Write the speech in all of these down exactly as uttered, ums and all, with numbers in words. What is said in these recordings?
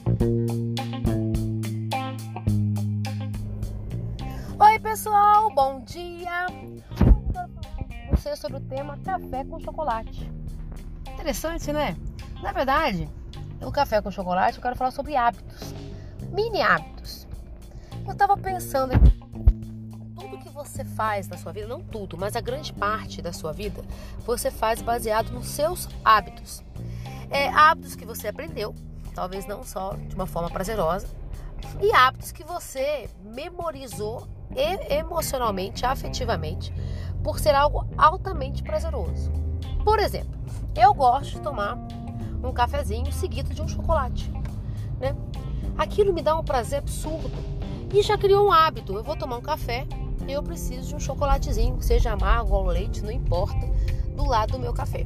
Oi pessoal, bom dia! Eu quero falar com você sobre o tema café com chocolate. Interessante, né? Na verdade, o café com chocolate eu quero falar sobre hábitos, mini hábitos. Eu estava pensando aqui, tudo que você faz na sua vida, não tudo, mas a grande parte da sua vida, você faz baseado nos seus hábitos. É, hábitos que você aprendeu, talvez não só de uma forma prazerosa, e hábitos que você memorizou e emocionalmente, afetivamente, por ser algo altamente prazeroso. Por exemplo, eu gosto de tomar um cafezinho seguido de um chocolate, né? Aquilo me dá um prazer absurdo e já criou um hábito. Eu vou tomar um café e eu preciso de um chocolatezinho, seja amargo ou leite, não importa, do lado do meu café.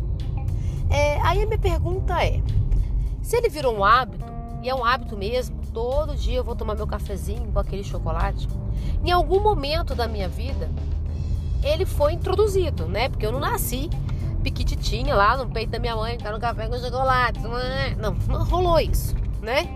É, aí a minha pergunta é, se ele virou um hábito, e é um hábito mesmo, todo dia eu vou tomar meu cafezinho com aquele chocolate, em algum momento da minha vida, ele foi introduzido, né? Porque eu não nasci piquititinha lá no peito da minha mãe, tá no café com chocolate. Não, não rolou isso, né?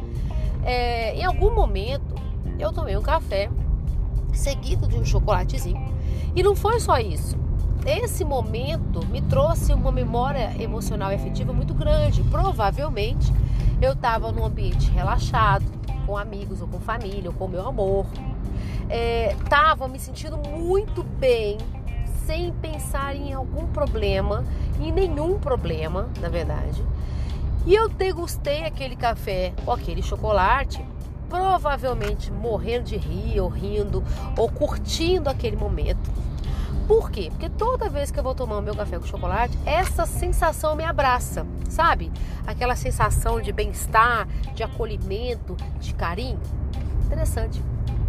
É, em algum momento, eu tomei um café seguido de um chocolatezinho. E não foi só isso. Esse momento me trouxe uma memória emocional e afetiva muito grande. Provavelmente, eu estava num ambiente relaxado, com amigos ou com família, ou com meu amor. Estava é, me sentindo muito bem, sem pensar em algum problema, em nenhum problema, na verdade. E eu degustei aquele café com aquele chocolate, provavelmente morrendo de rir, ou rindo, ou curtindo aquele momento. Por quê? Porque toda vez que eu vou tomar o meu café com chocolate, essa sensação me abraça, sabe? Aquela sensação de bem-estar, de acolhimento, de carinho. Interessante.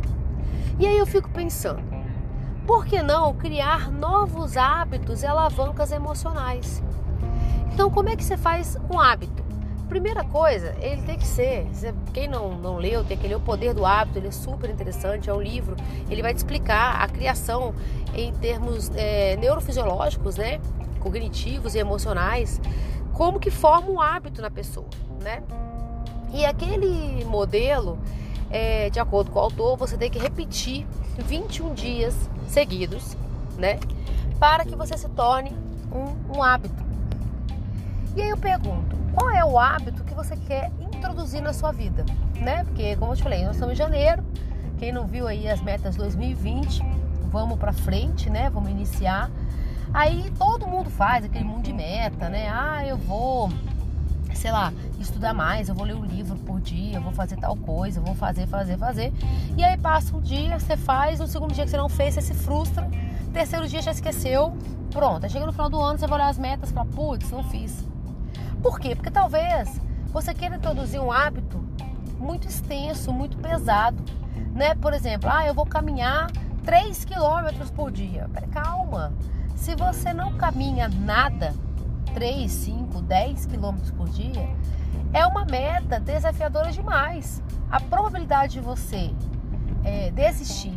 E aí eu fico pensando, por que não criar novos hábitos e alavancas emocionais? Então, como é que você faz um hábito? Primeira coisa, ele tem que ser, quem não, não leu, tem que ler O Poder do Hábito, ele é super interessante, é um livro, ele vai te explicar a criação em termos é, neurofisiológicos, né, cognitivos e emocionais, como que forma um hábito na pessoa, né? E aquele modelo, é, de acordo com o autor, você tem que repetir vinte e um dias seguidos, né, para que você se torne um, um hábito. E aí eu pergunto, qual é o hábito que você quer introduzir na sua vida, né? Porque, como eu te falei, nós estamos em janeiro, quem não viu aí as metas dois mil e vinte, vamos pra frente, né? Vamos iniciar. Aí todo mundo faz aquele mundo de meta, né? Ah, eu vou, sei lá, estudar mais, eu vou ler um livro por dia, eu vou fazer tal coisa, eu vou fazer, fazer, fazer. E aí passa um dia, você faz, no segundo dia que você não fez, você se frustra, terceiro dia já esqueceu, pronto. Aí chega no final do ano, você vai olhar as metas e fala, putz, não fiz. Por quê? Porque talvez você queira introduzir um hábito muito extenso, muito pesado, né? Por exemplo, ah, eu vou caminhar três quilômetros por dia. Pera, calma. Se você não caminha nada, três, cinco, dez quilômetros por dia, é uma meta desafiadora demais. A probabilidade de você é, desistir,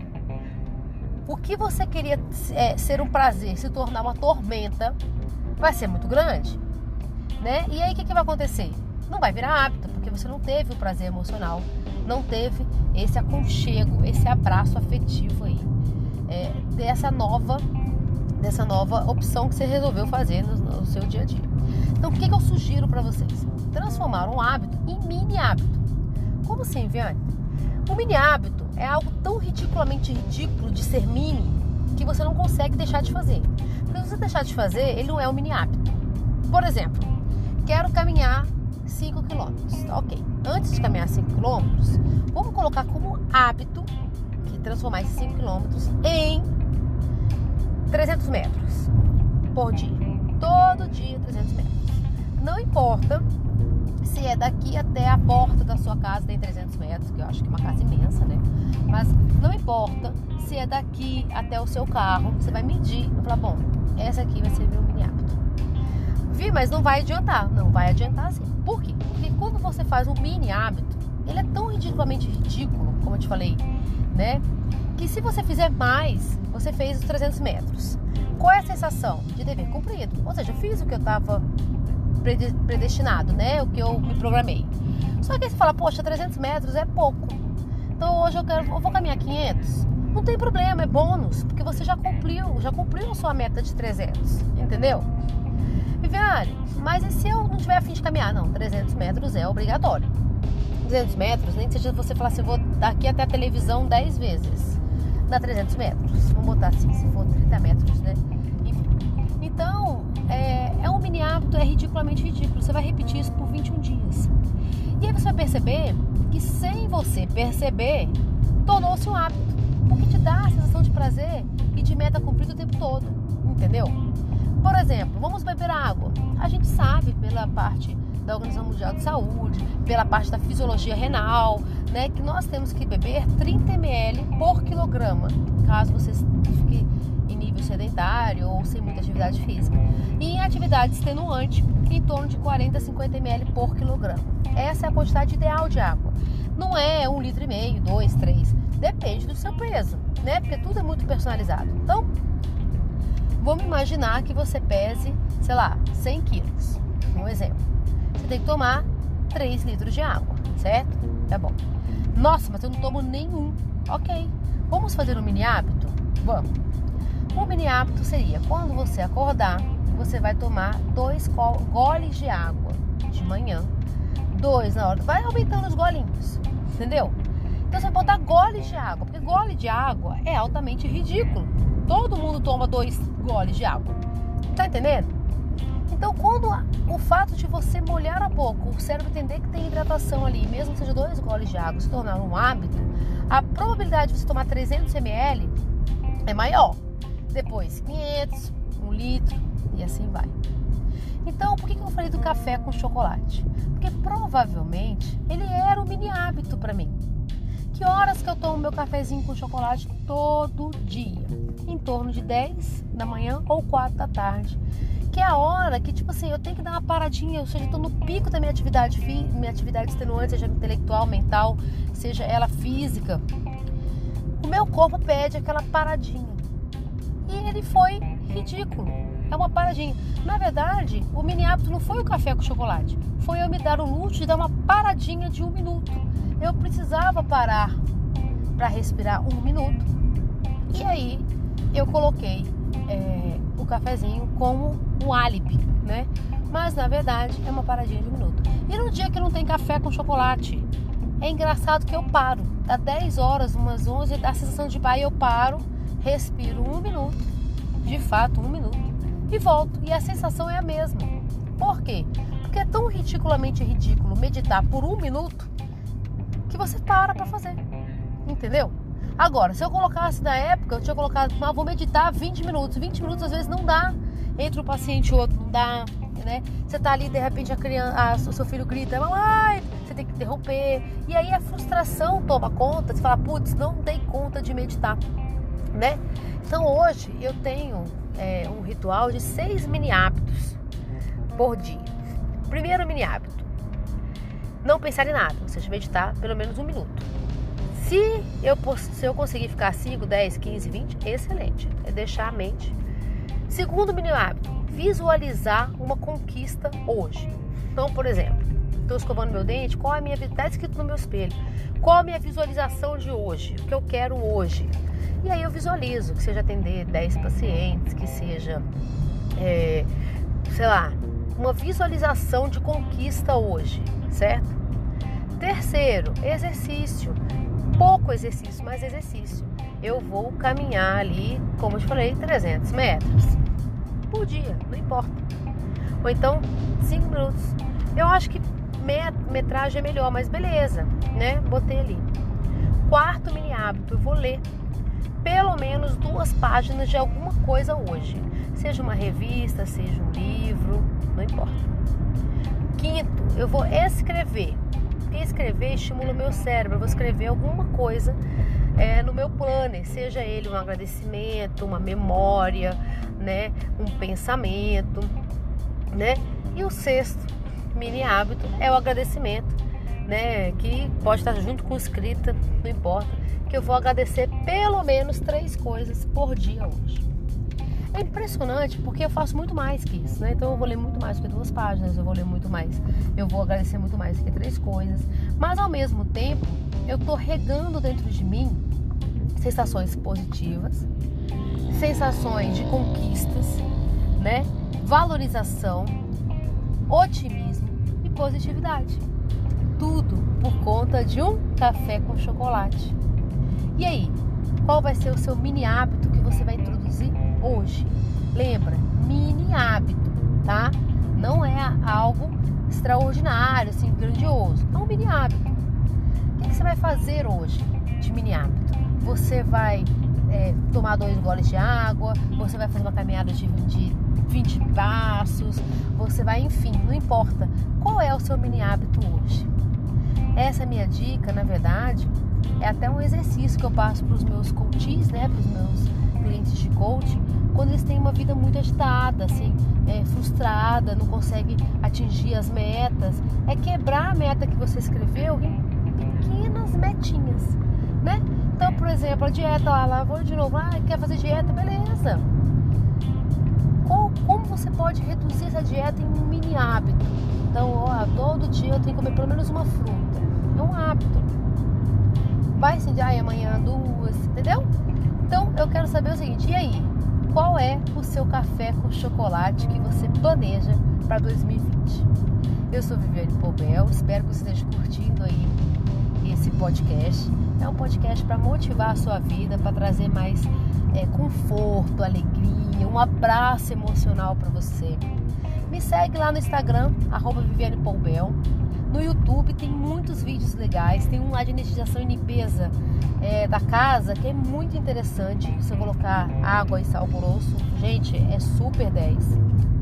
o que você queria é, ser um prazer, se tornar uma tormenta, vai ser muito grande. Né? E aí o que, que vai acontecer? Não vai virar hábito, porque você não teve o prazer emocional, não teve esse aconchego, esse abraço afetivo aí, é, dessa nova, dessa nova opção que você resolveu fazer no, no seu dia a dia. Então o que, que eu sugiro para vocês? Transformar um hábito em mini hábito. Como assim, Viane? Um mini hábito é algo tão ridiculamente ridículo de ser mini que você não consegue deixar de fazer. Porque se você deixar de fazer, ele não é um mini hábito. Por exemplo, quero caminhar cinco quilômetros, ok. Antes de caminhar cinco quilômetros, vamos colocar como hábito que transformar esses cinco quilômetros em trezentos metros por dia. Todo dia trezentos metros. Não importa se é daqui até a porta da sua casa tem trezentos metros, que eu acho que é uma casa imensa, né? Mas não importa se é daqui até o seu carro, você vai medir e falar, bom, essa aqui vai ser meu mini hábito. Vi, mas não vai adiantar. Não vai adiantar sim. Por quê? Porque quando você faz um mini hábito, ele é tão ridiculamente ridículo, como eu te falei, né? Que se você fizer mais, você fez os trezentos metros. Qual é a sensação? De dever cumprido. Ou seja, eu fiz o que eu estava predestinado, né? O que eu me programei. Só que aí você fala, poxa, trezentos metros é pouco. Então hoje eu, quero, eu vou caminhar quinhentos. Não tem problema, é bônus, porque você já cumpriu, já cumpriu a sua meta de trezentos, entendeu? Viviane, mas e se eu não tiver a fim de caminhar? Não, trezentos metros é obrigatório. trezentos metros, nem que seja você falar assim, eu vou daqui até a televisão dez vezes. Dá trezentos metros. Vamos botar assim, se for trinta metros, né? Enfim. Então, é, é um mini hábito, é ridiculamente ridículo. Você vai repetir isso por vinte e um dias. E aí você vai perceber que sem você perceber, tornou-se um hábito. Porque te dá a sensação de prazer e de meta cumprida o tempo todo. Entendeu? Por exemplo, vamos beber água. A gente sabe pela parte da Organização Mundial de Saúde, pela parte da fisiologia renal, né, que nós temos que beber trinta mililitros por quilograma, caso você fique em nível sedentário ou sem muita atividade física. E em atividade extenuante, em torno de quarenta a cinquenta mililitros por quilograma. Essa é a quantidade ideal de água. Não é um litro e meio, dois, três. Depende do seu peso, né? Porque tudo é muito personalizado. Então, vamos imaginar que você pese, sei lá, cem quilos. Um exemplo. Você tem que tomar três litros de água, certo? Tá bom. Nossa, mas eu não tomo nenhum. Ok. Vamos fazer um mini hábito? Vamos. Um mini hábito seria, quando você acordar, você vai tomar dois goles de água de manhã. Dois na hora. Vai aumentando os golinhos. Entendeu? Então você vai botar goles de água. Porque gole de água é altamente ridículo. Todo mundo toma dois goles de água. Tá entendendo? Então, quando o fato de você molhar a boca, o cérebro entender que tem hidratação ali, mesmo que seja dois goles de água, se tornar um hábito, a probabilidade de você tomar trezentos mililitros é maior. Depois, quinhentos, um litro e assim vai. Então, por que eu falei do café com chocolate? Porque provavelmente ele era um mini hábito para mim. Que horas que eu tomo meu cafezinho com chocolate? Todo dia. Em torno de dez da manhã ou quatro da tarde. Que é a hora que, tipo assim, eu tenho que dar uma paradinha, ou seja, eu tô no pico da minha atividade, minha atividade extenuante, seja intelectual, mental, seja ela física. O meu corpo pede aquela paradinha. E ele foi ridículo. É uma paradinha. Na verdade, o mini hábito não foi o café com chocolate. Foi eu me dar o luxo de dar uma paradinha de um minuto. Eu precisava parar para respirar um minuto. E aí, eu coloquei é, o cafezinho como um álibi, né? Mas, na verdade, é uma paradinha de um minuto. E no dia que não tem café com chocolate, é engraçado que eu paro. Dá dez horas, umas onze, dá a sensação de pai, eu paro, respiro um minuto, de fato, um minuto, e volto. E a sensação é a mesma. Por quê? Porque é tão ridiculamente ridículo meditar por um minuto que você para pra fazer. Entendeu? Agora, se eu colocasse na época, eu tinha colocado, ah, vou meditar vinte minutos. vinte minutos às vezes não dá. Entre um paciente e o outro não dá, né? Você tá ali, de repente a criança, a, o seu filho grita, mamãe, você tem que interromper. E aí a frustração toma conta, você fala, putz, não dei conta de meditar, né? Então hoje eu tenho é, um ritual de seis mini hábitos por dia. Primeiro mini hábito, não pensar em nada, ou seja, meditar pelo menos um minuto. Se eu, se eu conseguir ficar cinco, dez, quinze, vinte, excelente. É deixar a mente. Segundo mini hábito, visualizar uma conquista hoje. Então, por exemplo, estou escovando meu dente, qual é a minha, está escrito no meu espelho, qual a minha visualização de hoje, o que eu quero hoje. E aí eu visualizo, que seja atender dez pacientes, que seja, é, sei lá, uma visualização de conquista hoje, certo? Terceiro, exercício. Pouco exercício, mas exercício. Eu vou caminhar ali, como eu te falei, trezentos metros por dia, não importa. Ou então, cinco minutos. Eu acho que metragem é melhor, mas beleza, né? Botei ali. Quarto mini hábito, eu vou ler pelo menos duas páginas de alguma coisa hoje. Seja uma revista, seja um livro, não importa. Quinto, eu vou escrever. Porque escrever estimula o meu cérebro. Eu vou escrever alguma coisa é, no meu planner, seja ele um agradecimento, uma memória, né, um pensamento, né? E o sexto mini hábito é o agradecimento, né, que pode estar junto com escrita, não importa, que eu vou agradecer pelo menos três coisas por dia hoje. É impressionante porque eu faço muito mais que isso, né? Então eu vou ler muito mais do que duas páginas, eu vou ler muito mais, eu vou agradecer muito mais do que três coisas. Mas ao mesmo tempo, eu tô regando dentro de mim sensações positivas, sensações de conquistas, né? Valorização, otimismo e positividade. Tudo por conta de um café com chocolate. E aí, qual vai ser o seu mini hábito que você vai introduzir hoje? Lembra, mini hábito, tá? Não é algo extraordinário, assim, grandioso. É um mini hábito. O que, que você vai fazer hoje de mini hábito? Você vai é, tomar dois goles de água, você vai fazer uma caminhada de, de vinte passos, você vai, enfim, não importa. Qual é o seu mini hábito hoje? Essa minha dica, na verdade, é até um exercício que eu passo para os meus coaches, né, para os meus clientes de coaching, quando eles têm uma vida muito agitada, assim, é, frustrada, não conseguem atingir as metas. É quebrar a meta que você escreveu em pequenas metinhas, né? Então, por exemplo, a dieta, lá, lá vou de novo, ah, quer fazer dieta, beleza. Qual, como você pode reduzir essa dieta em um mini hábito? Então, ó, todo dia eu tenho que comer pelo menos uma fruta. É um hábito. Vai assim, ai, amanhã duas, entendeu? Então, eu quero saber o seguinte, e aí? Qual é o seu café com chocolate que você planeja para dois mil e vinte? Eu sou Viviane Poubel, espero que você esteja curtindo aí esse podcast. É um podcast para motivar a sua vida, para trazer mais é, conforto, alegria, um abraço emocional para você. Me segue lá no Instagram, arroba Viviane Poubel. No YouTube tem muitos vídeos legais, tem um lá de energização e limpeza é, da casa, que é muito interessante. Se eu colocar água e sal grosso, gente, é super dez.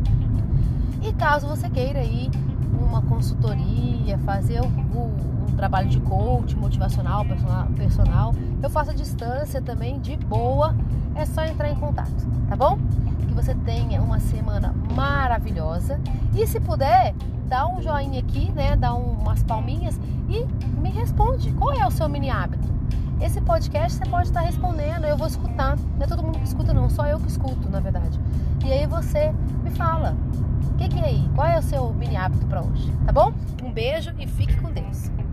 E caso você queira ir numa consultoria, fazer um, um trabalho de coach motivacional, personal, personal, eu faço a distância também de boa, é só entrar em contato, tá bom? Que você tenha uma semana maravilhosa e, se puder, dá um joinha aqui, né? Dá um, umas palminhas e me responde qual é o seu mini hábito. Esse podcast você pode estar respondendo, eu vou escutar. Não é todo mundo que escuta, não, só eu que escuto, na verdade. E aí você me fala, o que, que é aí? Qual é o seu mini hábito para hoje? Tá bom? Um beijo e fique com Deus.